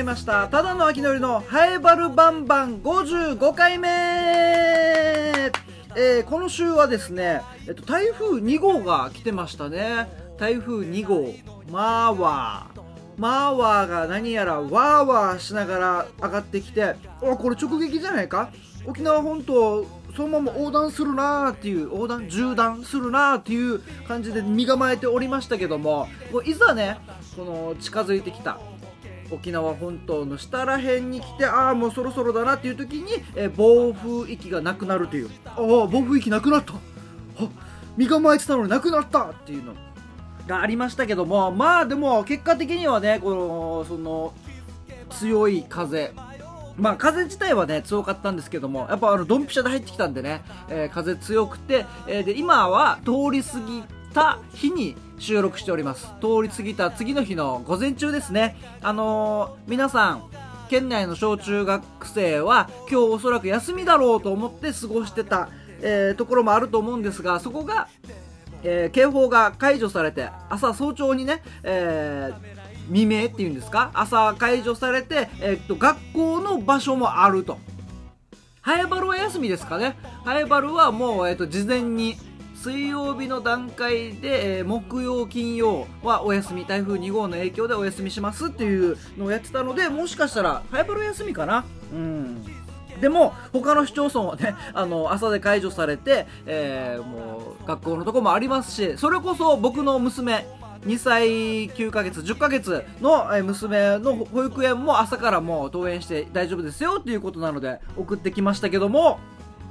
ましたただの秋のりのハエバルバンバン55回目、この週はですね、台風2号が来てましたね。台風2号マーワーが何やらワーワーしながら上がってきて、これ直撃じゃないか、沖縄本島そのまま横断するなーっていう縦断するなーっていう感じで身構えておりましたけども、いざねこの近づいてきた沖縄本島の下らへんに来て、もうそろそろだなっていう時に、暴風域がなくなるという、暴風域なくなった、身構えてたのになくなったっていうのがありましたけども、でも結果的にはね、その強い風、風自体はね強かったんですけども、やっぱドンピシャで入ってきたんでね、風強くて、で今は通り過ぎた日に収録しております。通り過ぎた次の日の午前中ですね。皆さん県内の小中学生は今日おそらく休みだろうと思って過ごしてた、ところもあると思うんですが、そこが、警報が解除されて朝早朝にね、未明っていうんですか、朝解除されて、学校の場所もあると。ハエバルは休みですかね。ハエバルはもう、事前に水曜日の段階で、木曜金曜はお休み、台風2号の影響でお休みしますっていうのをやってたので、もしかしたらハエバル休みかな。でも他の市町村はね、朝で解除されて、もう学校のとこもありますし、それこそ僕の娘2歳9ヶ月10ヶ月の娘の保育園も朝からもう登園して大丈夫ですよっていうことなので送ってきましたけども、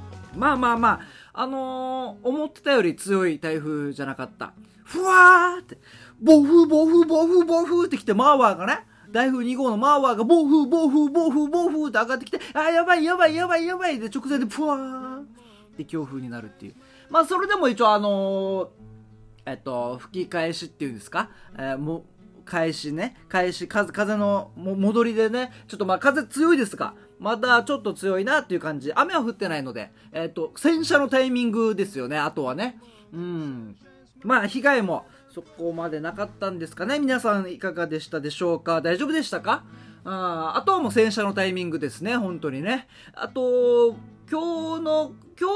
思ってたより強い台風じゃなかった。ふわーって暴風ってきて、マーワーがね、台風2号のマーワーが暴風って上がってきて、やばいで直前でふわーって強風になるっていう。それでも一応吹き返しっていうんですか、返し風の戻りでね、ちょっと風強いですがまだちょっと強いなっていう感じ。雨は降ってないので、洗車のタイミングですよね。あとはね、被害もそこまでなかったんですかね。皆さんいかがでしたでしょうか。大丈夫でしたか。あとはもう洗車のタイミングですね、本当にね。あと今日の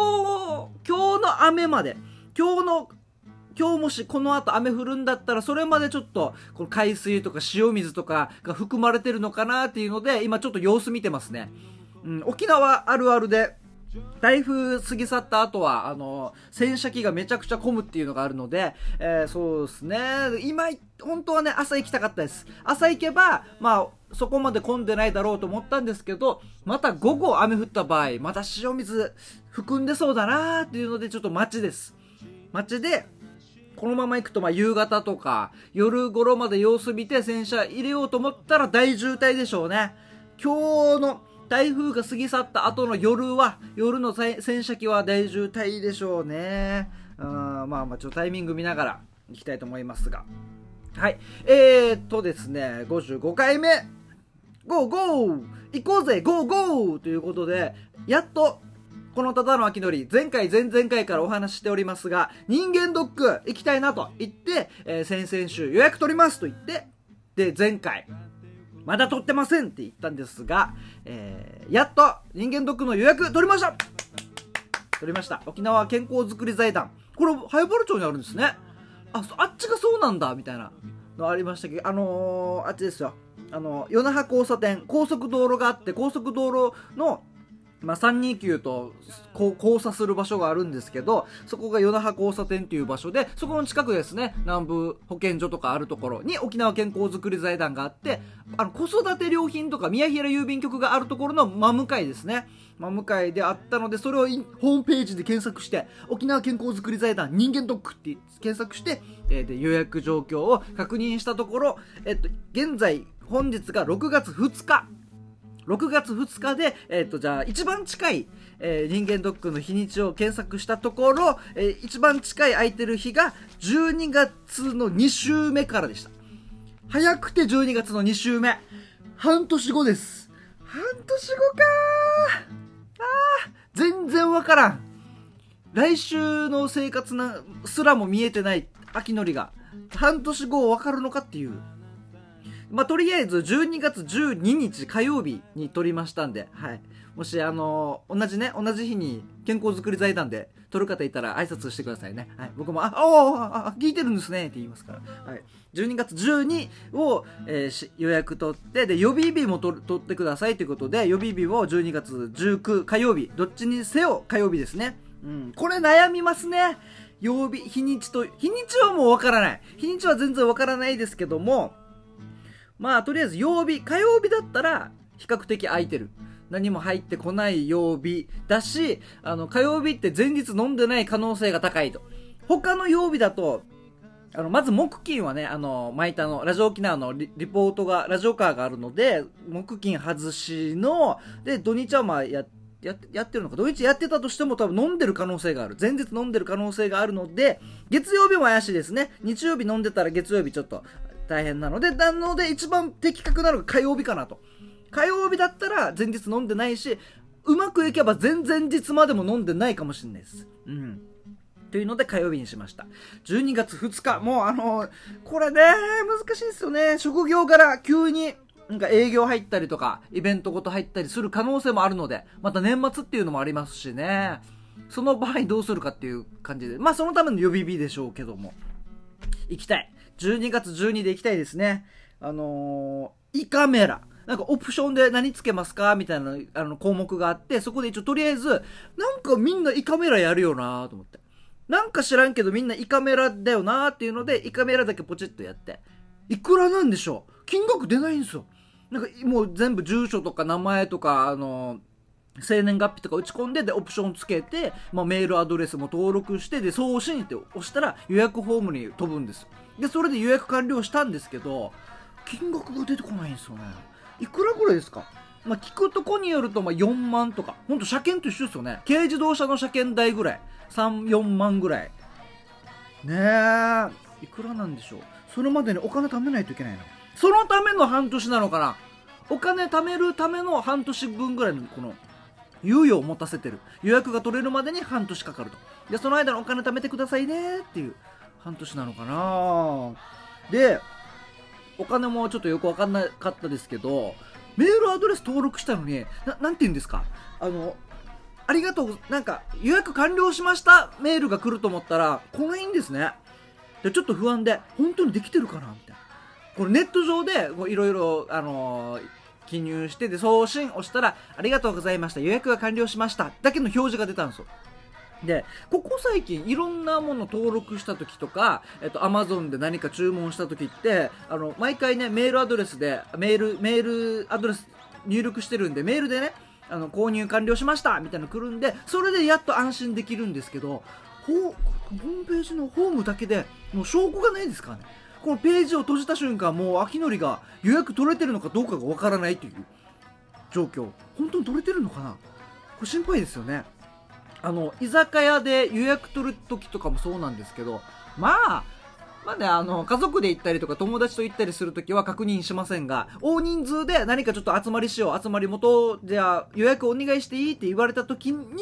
雨まで、今日もしこの後雨降るんだったら、それまでちょっとこの海水とか塩水とかが含まれてるのかなっていうので、今ちょっと様子見てますね。沖縄あるあるで台風過ぎ去った後は洗車機がめちゃくちゃ混むっていうのがあるので、そうですね、今本当はね朝行きたかったです。朝行けばそこまで混んでないだろうと思ったんですけど、また午後雨降った場合また塩水含んでそうだなーっていうので、ちょっと待ちです。待ちでこのまま行くと夕方とか夜頃まで様子見て洗車入れようと思ったら大渋滞でしょうね。今日の台風が過ぎ去った後の夜の洗車機は大渋滞でしょうね。ちょっとタイミング見ながら行きたいと思いますが、はいですね、55回目ゴーゴー行こうぜゴーゴーということで、やっとこのただの秋のり、前々回からお話ししておりますが、人間ドック行きたいなと言って、先々週予約取りますと言って、で前回まだ取ってませんって言ったんですが、やっと人間ドックの予約取りました。沖縄健康づくり財団、これ早原町にあるんですね。あっちがそうなんだみたいなのありましたけど、あっちですよ、与那覇交差点、高速道路があって、高速道路の329と交差する場所があるんですけど、そこが与那覇交差点という場所で、そこの近くですね、南部保健所とかあるところに沖縄健康づくり財団があって、子育て良品とか宮平郵便局があるところの真向かいですね。真向かいであったので、それをホームページで検索して沖縄健康づくり財団人間ドックって検索して、で予約状況を確認したところ、現在本日が6月2日で、じゃあ一番近い、人間ドックの日にちを検索したところ、一番近い空いてる日が12月の2週目からでした。早くて12月の2週目、半年後です。半年後か全然わからん。来週の生活すらも見えてない秋のりが半年後わかるのかっていう。 とりあえず12月12日火曜日に撮りましたんで、はい。もし同じ日に健康づくり財団で撮る方いたら挨拶してくださいね。はい。僕も、聞いてるんですねって言いますから。はい。12月12を、予約取って、で、予備日も取ってくださいということで、予備日を12月19火曜日、どっちにせよ火曜日ですね。これ悩みますね。日にちはもうわからない。日にちは全然わからないですけども、とりあえず火曜日だったら比較的空いてる。何も入ってこない曜日だし、火曜日って前日飲んでない可能性が高いと。他の曜日だと、まず木金はね、毎田のラジオ沖縄のリポートが、ラジオカーがあるので、木金外しの、で、土日はやってるのか、土日やってたとしても多分飲んでる可能性がある。前日飲んでる可能性があるので、月曜日も怪しいですね。日曜日飲んでたら月曜日ちょっと大変なので、一番的確なのが火曜日かなと。火曜日だったら前日飲んでないし、うまくいけば前々日までも飲んでないかもしれないです。というので火曜日にしました。12月2日、もうこれね、難しいですよね。職業柄急になんか営業入ったりとか、イベントごと入ったりする可能性もあるので、また年末っていうのもありますしね。その場合どうするかっていう感じで、そのための予備日でしょうけども。行きたい。12月12で行きたいですね。胃カメラ。なんかオプションで何つけますかみたいな項目があって、そこで一応とりあえず、なんかみんな胃カメラやるよなと思って。なんか知らんけどみんな胃カメラだよなっていうので、胃カメラだけポチッとやって。いくらなんでしょう？金額出ないんですよ。なんかもう全部住所とか名前とか、生年月日とか打ち込んで、で、オプションつけて、メールアドレスも登録して、で、送信って押したら予約フォームに飛ぶんです。で、それで予約完了したんですけど、金額が出てこないんですよね。いくらぐらいですか？聞くとこによると4万とか、ほんと車検と一緒ですよね。軽自動車の車検代ぐらい。3、4万ぐらい。ねえ。いくらなんでしょう。それまでにお金貯めないといけないの。そのための半年なのかな。お金貯めるための半年分ぐらいのこの猶予を持たせてる。予約が取れるまでに半年かかると。で、その間のお金貯めてくださいねっていう半年なのかな。で、お金もちょっとよくわかんなかったですけど、メールアドレス登録したのに、なんて言うんですか、ありがとう、なんか予約完了しましたメールが来ると思ったら来ないんですね。で、ちょっと不安で、本当にできてるかなみたいな。これネット上でいろいろ記入して、で、送信押したら、ありがとうございました、予約が完了しましただけの表示が出たんですよ。で、ここ最近いろんなもの登録した時とか、Amazon で何か注文した時って、毎回ね、メールアドレス入力してるんで、メールでね、購入完了しましたみたいなの来るんで、それでやっと安心できるんですけど、ホームページのホームだけでもう証拠がないですからね。このページを閉じた瞬間、もう秋のりが予約取れてるのかどうかがわからないという状況。本当に取れてるのかな？これ心配ですよね。居酒屋で予約取る時とかもそうなんですけど、ね、家族で行ったりとか友達と行ったりする時は確認しませんが、大人数で何かちょっと集まり元、じゃあ予約お願いしていいって言われた時の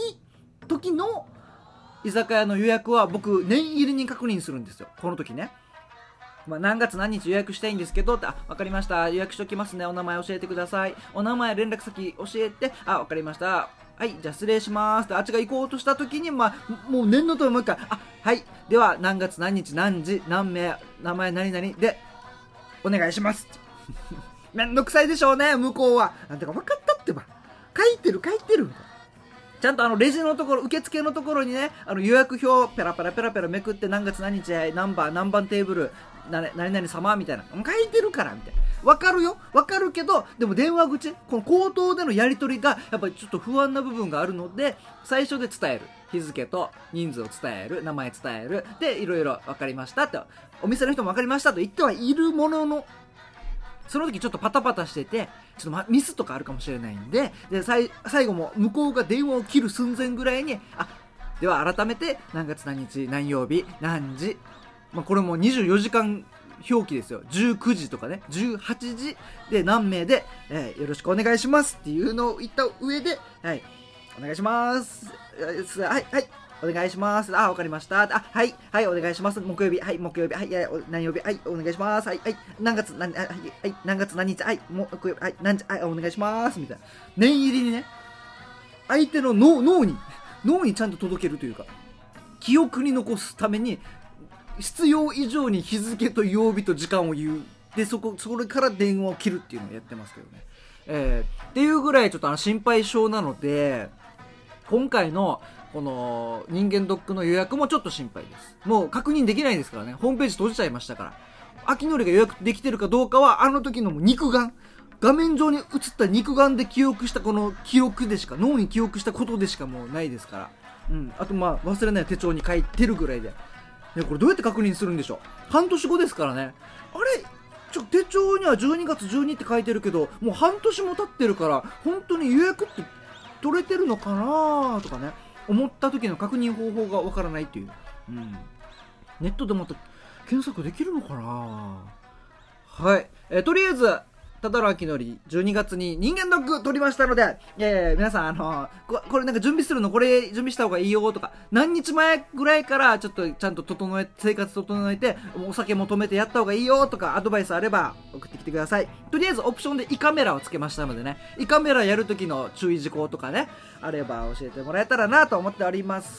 居酒屋の予約は僕念入りに確認するんですよ。この時ね。何月何日予約したいんですけどって、わかりました。予約しときますね。お名前教えてください。お名前連絡先教えて、わかりました。はい、じゃあ失礼しますってあっちが行こうとした時に、もう念のとおりもう一回、はい、では何月何日何時何名、名前何々でお願いしますめんどくさいでしょうね、向こうは。なんてか分かったってば、書いてるちゃんとレジのところ、受付のところにね、予約表ペラペラめくって、何月何日何番テーブル何々様みたいな書いてるからみたいな。わかるけど、でも電話口、この口頭でのやり取りがやっぱりちょっと不安な部分があるので、最初で伝える、日付と人数を伝える、名前伝えるで、いろいろ分かりましたと、お店の人も分かりましたと言ってはいるものの、その時ちょっとパタパタしてて、ちょっとミスとかあるかもしれないんで、最後も向こうが電話を切る寸前ぐらいに、では改めて何月何日何曜日何時、これも24時間表記ですよ。19時とかね、18時で何名で、よろしくお願いしますっていうのを言った上で、はい、お願いします。はい、 お願いします。わかりました。はい、はい、お願いします。木曜日、はい、木曜日、はい、何曜日、はい、お願いします。はい、はい、何月何日、はい、木曜日、はい、何日、はい、お願いします。みたいな。念入りにね、相手の脳にちゃんと届けるというか、記憶に残すために、必要以上に日付と曜日と時間を言う。で、それから電話を切るっていうのをやってますけどね。っていうぐらいちょっと心配性なので、今回のこの人間ドックの予約もちょっと心配です。もう確認できないですからね。ホームページ閉じちゃいましたから。秋のりが予約できてるかどうかは、あの時の肉眼、画面上に映った肉眼で記憶したこの記憶でしか、脳に記憶したことでしかもうないですから。あと忘れない手帳に書いてるぐらいで。これどうやって確認するんでしょう。半年後ですからね。あれ手帳には12月12って書いてるけど、もう半年も経ってるから、本当に予約って取れてるのかなとかね、思った時の確認方法がわからないっていう。ネットでまた検索できるのかな。はい。とりあえず、ただの秋のり12月に人間ドック撮りましたので、皆さんこれなんか準備するのこれ準備した方がいいよとか、何日前ぐらいからちょっとちゃんと生活整えてお酒も止めてやった方がいいよとか、アドバイスあれば送ってきてください。とりあえずオプションで胃カメラをつけましたのでね、胃カメラやる時の注意事項とかね、あれば教えてもらえたらなと思っております。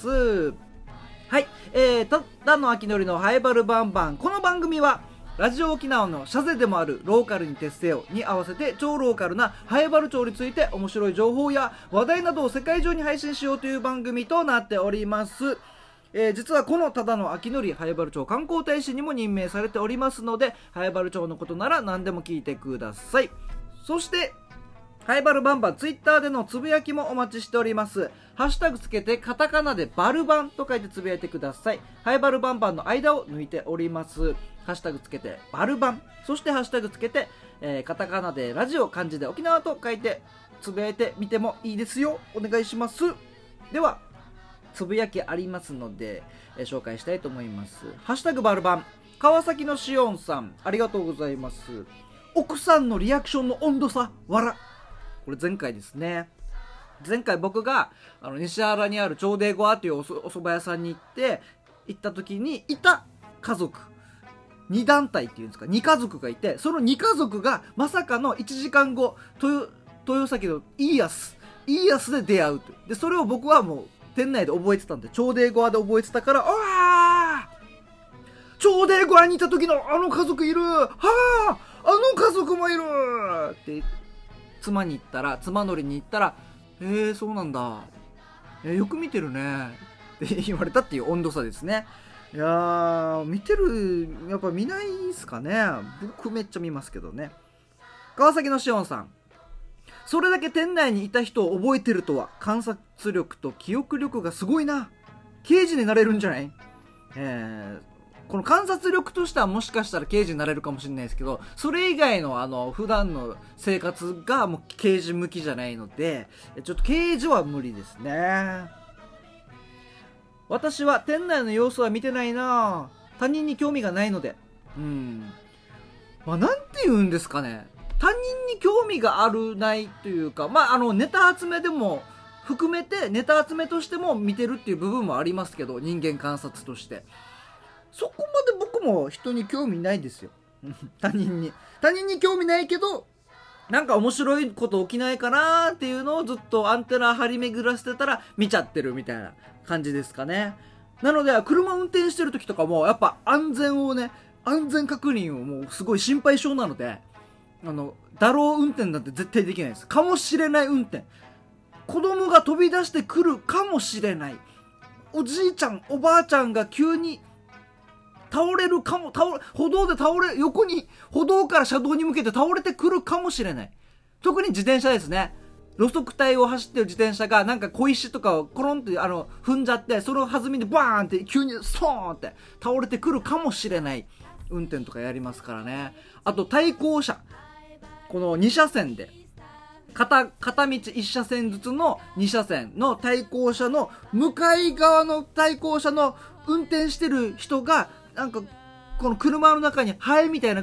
はい。ただの秋のりのハイバルバンバン。この番組はラジオ沖縄のシャゼでもあるローカルに徹せよに合わせて超ローカルなハイバル町について面白い情報や話題などを世界中に配信しようという番組となっております。実はこのただの秋のりハイバル町観光大使にも任命されておりますので、ハイバル町のことなら何でも聞いてください。そしてハイバルバンバンツイッターでのつぶやきもお待ちしております。ハッシュタグつけてカタカナでバルバンと書いてつぶやいてください。ハイバルバンバンの間を抜いております。ハッシュタグつけてバルバン、そしてハッシュタグつけて、カタカナでラジオ、漢字で沖縄と書いてつぶやいてみてもいいですよ。お願いします。ではつぶやきありますので、紹介したいと思います。ハッシュタグバルバン、川崎のしおんさん、ありがとうございます。奥さんのリアクションの温度差笑。これ前回ですね。前回僕が西原にある長デゴアというお蕎麦屋さんに行った時にいた家族2団体っていうんですか、2家族がいて、その2家族がまさかの1時間後豊崎のイーアスで出会うと。でそれを僕はもう店内で覚えてたんで、長デゴアで覚えてたから、長デゴアにいた時のあの家族いる、あの家族もいるって妻のりに行ったら、そうなんだ、よく見てるねって言われたっていう温度差ですね。いやー、見てる、やっぱ見ないっすかね。僕めっちゃ見ますけどね。川崎のしおんさん、それだけ店内にいた人を覚えてるとは、観察力と記憶力がすごいな。刑事になれるんじゃない？この観察力としてはもしかしたら刑事になれるかもしれないですけど、それ以外の普段の生活がもう刑事向きじゃないので、ちょっと刑事は無理ですね。私は店内の様子は見てないな。他人に興味がないので。なんて言うんですかね。他人に興味があるないというか、ネタ集めでも含めて、ネタ集めとしても見てるっていう部分もありますけど、人間観察として。そこまで僕も人に興味ないですよ。他人に興味ないけど、なんか面白いこと起きないかなーっていうのをずっとアンテナ張り巡らせてたら見ちゃってるみたいな感じですかね。なので車運転してる時とかもやっぱ安全確認をもうすごい心配性なので、だろう運転なんて絶対できないです。かもしれない運転、子供が飛び出してくるかもしれない、おじいちゃんおばあちゃんが急に倒れるかも、横に歩道から車道に向けて倒れてくるかもしれない。特に自転車ですね。路側帯を走ってる自転車がなんか小石とかをコロンって踏んじゃって、その弾みでバーンって急にストーンって倒れてくるかもしれない運転とかやりますからね。あと対向車、この2車線で片道1車線ずつの2車線の対向車の向かい側の対向車の運転してる人がなんかこの車の中にハエみたいなのがブ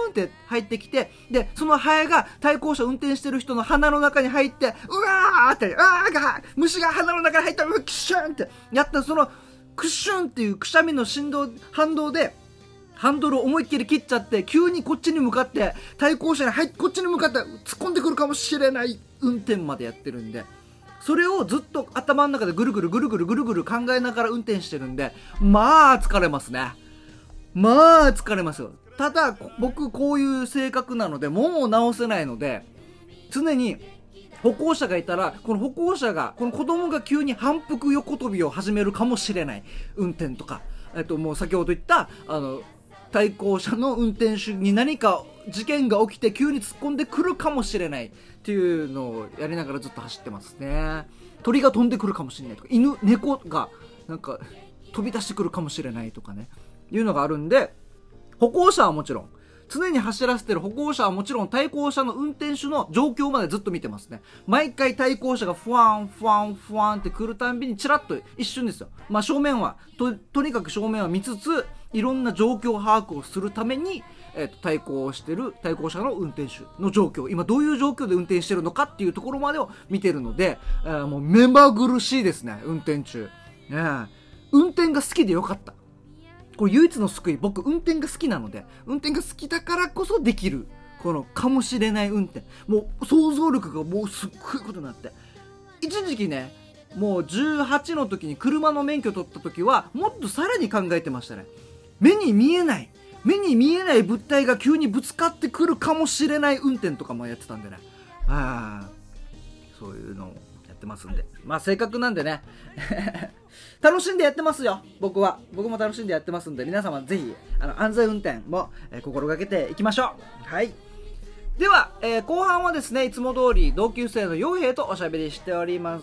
ーンって入ってきて、でそのハエが対向車運転してる人の鼻の中に入って、うわーって、虫が鼻の中に入った、クッシュンってやった、そのクッシュンっていうくしゃみの反動でハンドルを思いっきり切っちゃって、急にこっちに向かって対向車にこっちに向かって突っ込んでくるかもしれない運転までやってるんで、それをずっと頭の中でぐるぐる考えながら運転してるんで、まあ疲れますね。まあ疲れますよ。ただ僕こういう性格なので、もう直せないので、常に歩行者がいたら、この子供が急に反復横跳びを始めるかもしれない運転とか、もう先ほど言った対向車の運転手に何か事件が起きて急に突っ込んでくるかもしれないっていうのをやりながらずっと走ってますね。鳥が飛んでくるかもしれないとか、猫がなんか飛び出してくるかもしれないとかね、いうのがあるんで、歩行者はもちろん、常に走らせてる歩行者はもちろん、対向車の運転手の状況までずっと見てますね。毎回対向車がフワンって来るたんびにチラッと一瞬ですよ。まあ正面はとにかく正面は見つつ、いろんな状況把握をするために、対向してる対向車の運転手の状況、今どういう状況で運転してるのかっていうところまでを見てるので、もう目まぐるしいですね、運転中。運転が好きでよかった。これ唯一の救い。僕運転が好きなので、運転が好きだからこそできるこのかもしれない運転、もう想像力がもうすっごいことになって、一時期ね、もう18の時に車の免許取った時はもっとさらに考えてましたね。目に見えない物体が急にぶつかってくるかもしれない運転とかもやってたんでね、そういうのをやってますんで、まあ性格なんでね楽しんでやってますよ。僕も楽しんでやってますんで、皆様ぜひ安全運転も、心がけていきましょう。はい。では、後半はですね、いつも通り同級生の陽平とおしゃべりしております。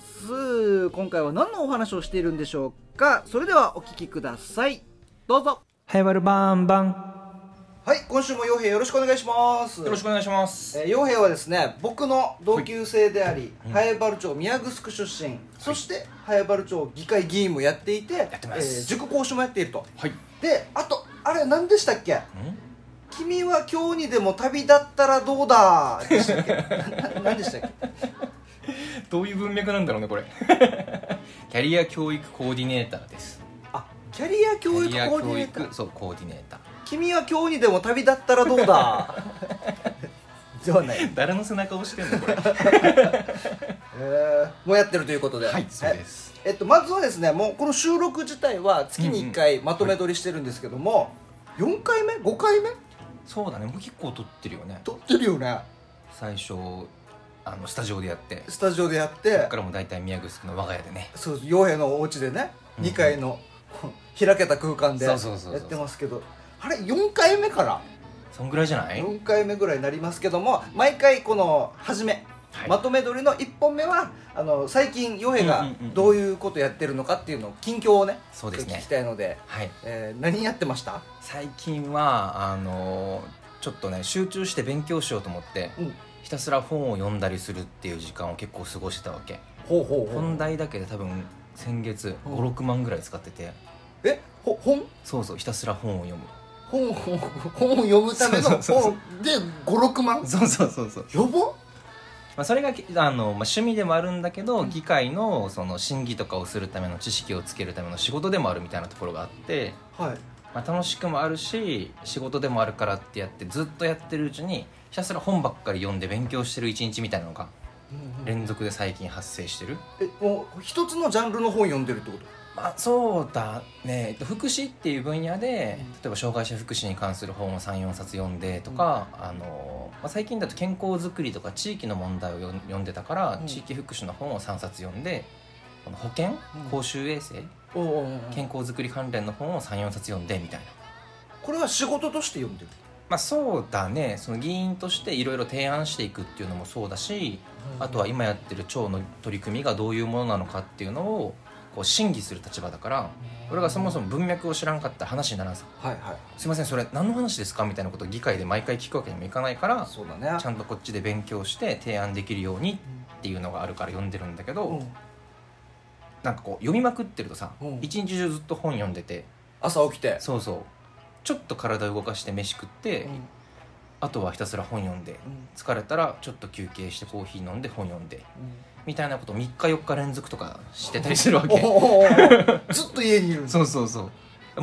今回は何のお話をしているんでしょうか。それではお聞きください。どうぞ。 はやばるバンバン。 はい、今週も陽平よろしくお願いします。 よろしくお願いします。 陽平はですね、僕の同級生であり、南風原町宮城出身、そして南風原町議会議員もやっていて、塾講師もやっていると。はい。で、あとあれ何でしたっけ？君は今日にでも旅立ったらどうだでしたっけ？何でしたっけ？ どういう文脈なんだろうねこれ。キャリア教育コーディネーターです。 あ、キャリア教育コーディネーター。 そう、コーディネーター。 君は今日にでも旅立ったらどうだではない。 誰の背中を押してんのこれ。 もうやってるということで、 はい、そうです。 まずはですね、もうこの収録自体は月に1回まとめ撮りしてるんですけども、4回目 ?5 回目？ そうだね、もう結構撮ってるよね。 撮ってるよね。 最初スタジオでやって、 そっからもう大体宮城の我が家でね、 そう、陽平のお家でね、2階の開けた空間でやってますけど、あれ4回目からそんぐらいじゃない？ 4 回目ぐらいになりますけども、毎回この初め、まとめ撮りの1本目は最近陽平がどういうことやってるのかっていうのを近況をね、 そうですね、 聞きたいので、何やってました？ 最近はちょっとね、集中して勉強しようと思って、ひたすら本を読んだりするっていう時間を結構過ごしてたわけ。本題だけで多分先月5、6万ぐらい使ってて。 本？ そうそう、ひたすら本を読む。 本を読むための本で5、6万？ そうやば。それが趣味でもあるんだけど、議会のその審議とかをするための知識をつけるための仕事でもあるみたいなところがあって、楽しくもあるし仕事でもあるからってやってずっとやってるうちに、ひたすら本ばっかり読んで勉強してる一日みたいなのが連続で最近発生してる。 もう一つのジャンルの本読んでるってこと？ そうだね。福祉っていう分野で、例えば障害者福祉に関する本を 3,4 冊読んでとか、最近だと健康づくりとか地域の問題を読んでたから、地域福祉の本を3冊読んで、保健、公衆衛生、健康づくり関連の本を 3,4 冊読んでみたいな。 これは仕事として読んでる？ そうだね。その議員としていろいろ提案していくっていうのもそうだし、あとは今やってる町の取り組みがどういうものなのかっていうのをこう審議する立場だから、俺がそもそも文脈を知らんかったら話にならんさ、すいませんそれ何の話ですかみたいなことを議会で毎回聞くわけにもいかないから、 そうだね、 ちゃんとこっちで勉強して提案できるようにっていうのがあるから読んでるんだけど、なんかこう読みまくってるとさ、一日中ずっと本読んでて、 朝起きてそうちょっと体動かして飯食って、 あとはひたすら本読んで、疲れたらちょっと休憩してコーヒー飲んで本読んで、みたいなことを3日4日連続とかしてたりするわけずっと家にいる。 そうそうそう、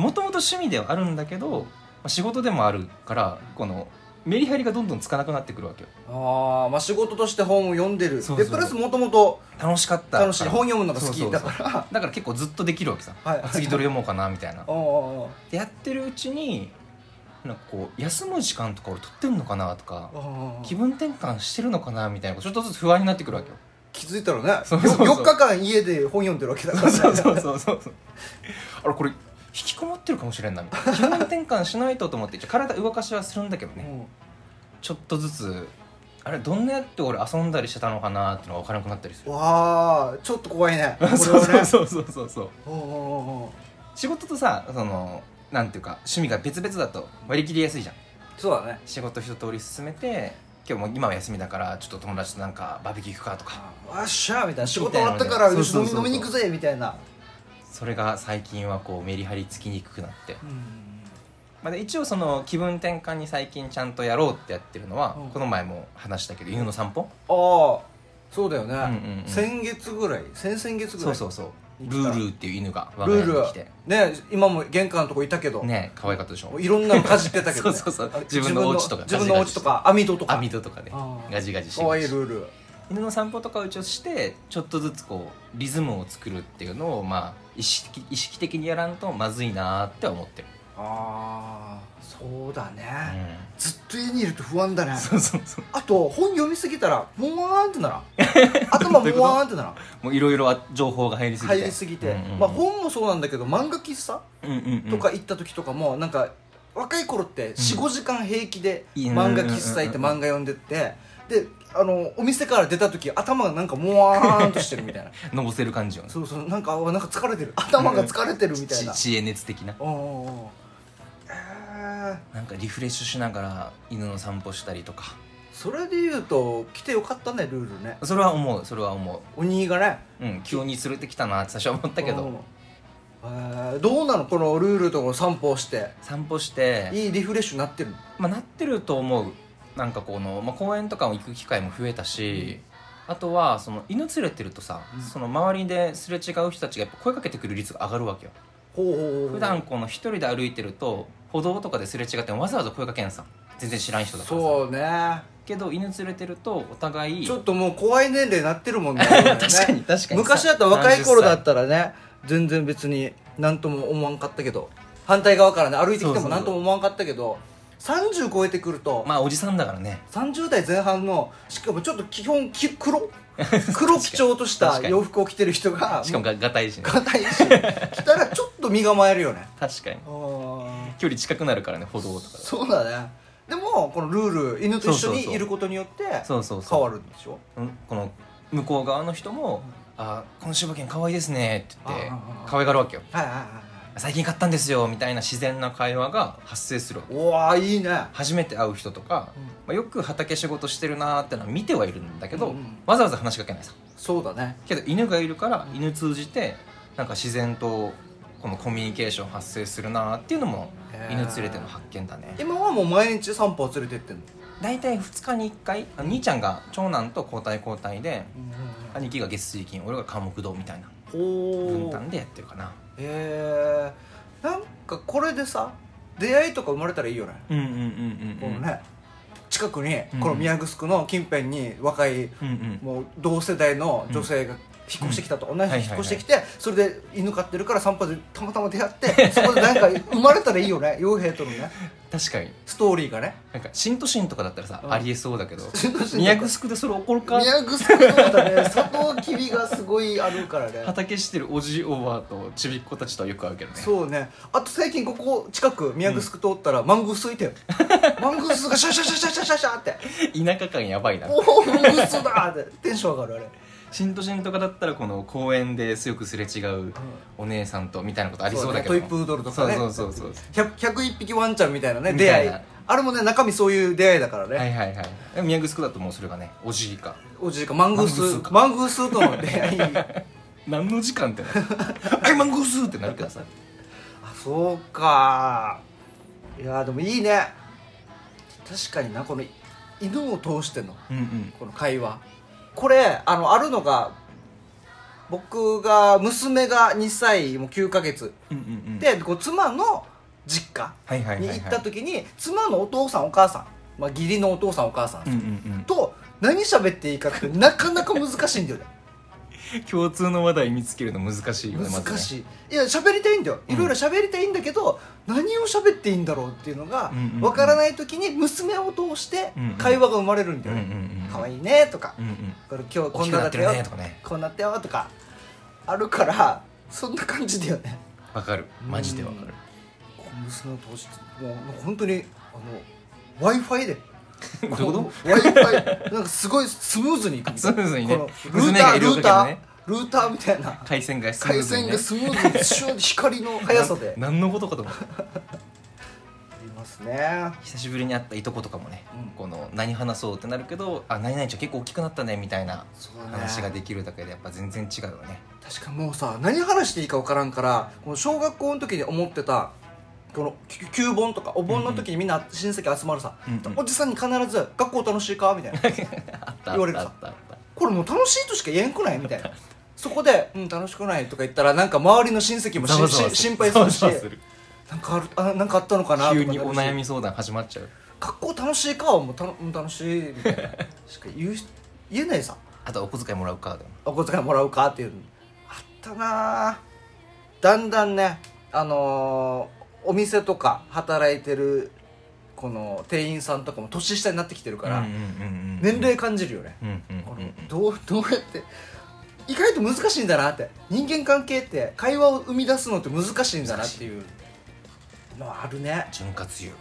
もともと趣味ではあるんだけど、仕事でもあるからこのメリハリがどんどんつかなくなってくるわけよ。 仕事として本を読んでる。 そうそうでプラスもともと楽しかった、 本読むのが好きだから、 だから結構ずっとできるわけさ、次どれ読もうかなみたいなでやってるうちになんかこう休む時間とか俺取ってんのかなとか、気分転換してるのかなみたいな、ちょっとずつ不安になってくるわけよ。 気づいたらね、 そうそうそう 4日間家で本読んでるわけだから、ね、 そうあれこれ引きこもってるかもしれんなみたいな、気分転換しないとと思って体動かしはするんだけどね、ちょっとずつあれどんなやって俺遊んだりしてたのかなってのが分からなくなったりする。 わあちょっと怖いねこれはね。 そう仕事とさ、そのなんていうか趣味が別々だと割り切りやすいじゃん。 そうだね。 仕事一通り進めて、今日も今は休みだからちょっと友達となんかバーベキュー行くかとか、 わっしゃーみたいな、仕事終わったからよし飲みに行くぜみたいな。 それが最近はこうメリハリつきにくくなって、で一応その気分転換に最近ちゃんとやろうってやってるのは、この前も話したけど犬の散歩。 そうだよね、先月ぐらい先々月ぐらいそうルールっていう犬が我が家に来てね、今も玄関のとこいたけどね、可愛かったでしょ。 いろんなのかじってたけど、ね、 そう自分のお家とか自分のお家とか網戸とかねガジガジして可愛いルール。 犬の散歩とかを一応してちょっとずつこうリズムを作るっていうのを意識的にやらんとまずいなって思ってる。 そうだね、ずっと家にいると不安だね。 そうあと本読みすぎたらもわーんってなら頭もわーんってならもういろいろ情報が入りすぎて、 本もそうなんだけど漫画喫茶とか行った時とかもなんか若い頃って 4,5 時間平気で漫画喫茶行って漫画読んでって、でお店から出た時頭がなんかもわーんとしてるみたいなのぼせる感じよね。 そうなんか疲れてる、頭が疲れてるみたいな、 知恵熱的な。なんかリフレッシュしながら犬の散歩したりとか。 それで言うと来てよかったねルールね。 それは思うお兄がね、 急に連れてきたなって最初は思ったけど、 どうなのこのルールとこ散歩していいリフレッシュになってるの？ なってると思う。なんかこの、公園とかも行く機会も増えたし、あとはその犬連れてるとさ、その周りですれ違う人たちがやっぱ声かけてくる率が上がるわけよ。普段この一人で歩いてると歩道とかですれ違ってもわざわざ声かけんさ、全然知らん人だからさ。 そうね。 けど犬連れてるとお互いちょっともう怖い年齢になってるもんね確かに昔だったら若い頃だったらね全然別に何とも思わんかったけど、反対側からね歩いてきても何とも思わんかったけど、30超えてくるとおじさんだからね、 30代前半のしかもちょっと基本黒基調とした洋服を着てる人がしかもがたいし来たらちょっと身構えるよね確かに距離近くなるからね、歩道とか。 そうだね。でもこのルール、犬と一緒にいることによって変わるんでしょ。 この向こう側の人も「この柴犬可愛いですね」って言って可愛がるわけよ。最近買ったんですよみたいな自然な会話が発生するわけ。 おわいいね。 初めて会う人とか、よく畑仕事してるなーってのは見てはいるんだけど、わざわざ話しかけないさ。 そうだね。 けど犬がいるから犬通じてなんか自然とこのコミュニケーション発生するなーっていうのも犬連れての発見だね。 今はもう毎日散歩を連れてってんの？ 大体2日に1回兄ちゃんが長男と交代で、兄貴が月水金、俺が火木土みたいな分担でやってるかな。 なんかこれでさ出会いとか生まれたらいいよね。このね近くにこの宮城の近辺に若いもう同世代の女性が引っ越してきたと、同じ引っ越してきて、それで犬飼ってるから散歩でたまたま出会ってそこでなんか生まれたらいいよね、陽平とのね確かにストーリーがね。 なんか新都心とかだったらさ、ありえそうだけど宮城でそれ起こるか。 宮城そうだね、サトウキビがすごいあるからね。 畑してるおじおばあとちびっ子たちとはよく会うけどね。 そうね。あと最近ここ近く宮城通ったらマングースいたよマングースがシャシャシャシャシャシャシャって田舎感やばいな。 おおマングースだってテンション上がる。あれ新都心とかだったらこの公園ですよくすれ違うお姉さんとみたいなことありそうだけど、 トイプードルとかね、 そう 101匹ワンちゃんみたいなね出会い、あれもね中身そういう出会いだからね。 宮城だともうそれがねおじいかマングースとの出会い何の時間ってはいマングースってなるけどさそうか。いやでもいいね。 確かにな、この犬を通しての、この会話、これあるのが、僕が娘が2歳もう9ヶ月、でこう妻の実家に行った時に、妻のお父さんお母さん、義理のお父さんお母さん、と何喋っていいかってなかなか難しいんだよね。 共通の話題見つけるの難しいよね。 難しい。いや喋りたいんだよ、いろいろ喋りたいんだけど、何を喋っていいんだろうっていうのが分からない時に娘を通して会話が生まれるんだよね。可愛いねとか、これ今日こんなだったよとかね、こんなったよとかあるから、そんな感じだよね。 わかる、マジでわかる。 娘を通してもう本当にWi-Fi でどういうこと Wi-Fi なんかすごいスムーズにいく。 スムーズにね、 娘がいるからね、ルーターみたいな回線がスムーズにね、 シュー光の速さで何のことかと思ういますね。 久しぶりに会ったいとことかもね、この何話そうってなるけど、何々ちゃん結構大きくなったねみたいな話ができるだけでやっぱ全然違うよね。 確かもうさ、何話していいか分からんから、この小学校の時に思ってたこの旧盆とかお盆の時にみんな親戚集まるさ、おじさんに必ず「学校楽しいか?」みたいな言われるさ、これもう楽しいとしか言えんくないみたいな。そこで「楽しくない」とか言ったら、なんか周りの親戚も心配するし、なんかあったのかなとか、 急にお悩み相談始まっちゃう。 学校楽しいかはもう楽しいみたいなしか言えないさ。 あとお小遣いもらうか、 お小遣いもらうかっていうのあったな。だんだんね、お店とか働いてるこの店員さんとかも年下になってきてるから、年齢感じるよね。どうやって意外と難しいんだなって、人間関係って会話を生み出すのって難しいんだなっていうのあるね。 潤滑油。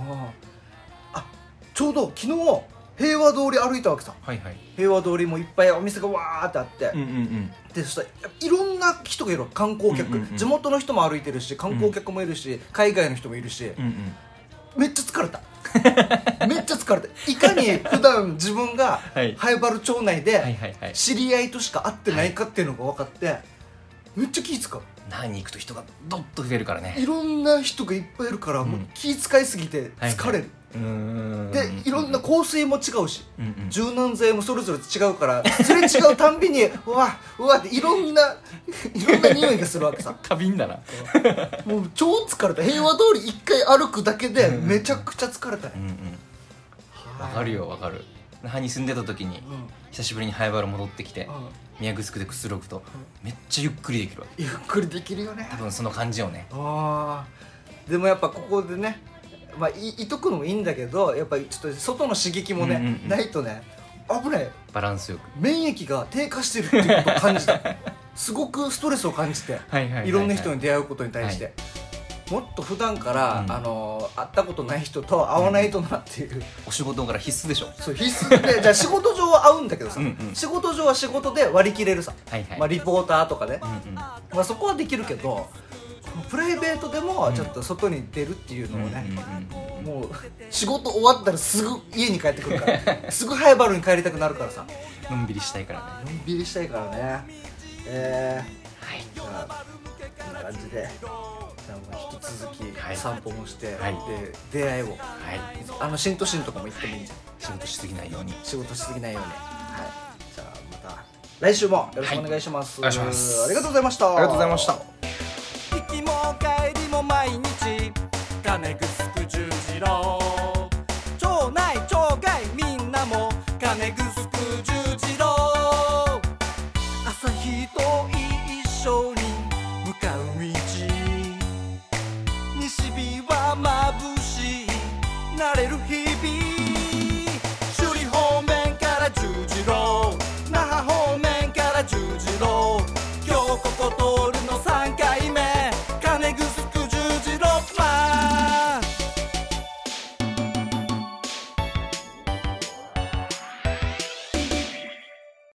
ちょうど昨日平和通り歩いたわけさ。平和通りもいっぱいお店がわーってあって、でそしたらいろんな人がいる。観光客、地元の人も歩いてるし、観光客もいるし、海外の人もいるし、めっちゃ疲れためっちゃ疲れた。いかに普段自分が灰原町内で知り合いとしか会ってないかっていうのが分かって、めっちゃ気使う。 何に行くと人がどっと増えるからね。 いろんな人がいっぱいいるから、もう気使いすぎて疲れる。でいろんな香水も違うし、柔軟剤もそれぞれ違うから、それ違うたんびにうわっていろんな匂いがするわけさ。 過敏だなもう超疲れた。平和通り一回歩くだけでめちゃくちゃ疲れたね。 わかるよ、わかる。那覇に住んでた時に久しぶりに灰原戻ってきて、宮城でくつろぐとめっちゃゆっくりできるわけ。 ゆっくりできるよね。 多分その感じよね。 でもやっぱここでね、いとくのもいいんだけど、やっぱりちょっと外の刺激もね、ないとね危ない。 バランスよく免疫が低下してるっていうことを感じたすごくストレスを感じて、いろんな人に出会うことに対して、もっと普段から、会ったことない人と会わないとなっていう、 お仕事から必須でしょ。 そう必須で、じゃあ仕事上は会うんだけどさ、仕事上は仕事で割り切れるさ、リポーターとかで、そこはできるけど、プライベートでもちょっと外に出るっていうのをね、もう仕事終わったらすぐ家に帰ってくるからすぐ灰原に帰りたくなるからさ、 のんびりしたいからね。 のんびりしたいからね。じゃあこんな感じで、じゃあもう引き続き散歩もして、で出会いを、新都心とかも行ってもいいじゃん。 仕事しすぎないように。 じゃあまた来週もよろしくお願いします。 お願いします。 ありがとうございました。 ありがとうございました。 行きも帰りも毎日金ぐすく十字路、町内町外みんなも金ぐすく十字路、朝日と一緒に向かう道、西日は眩しい慣れる日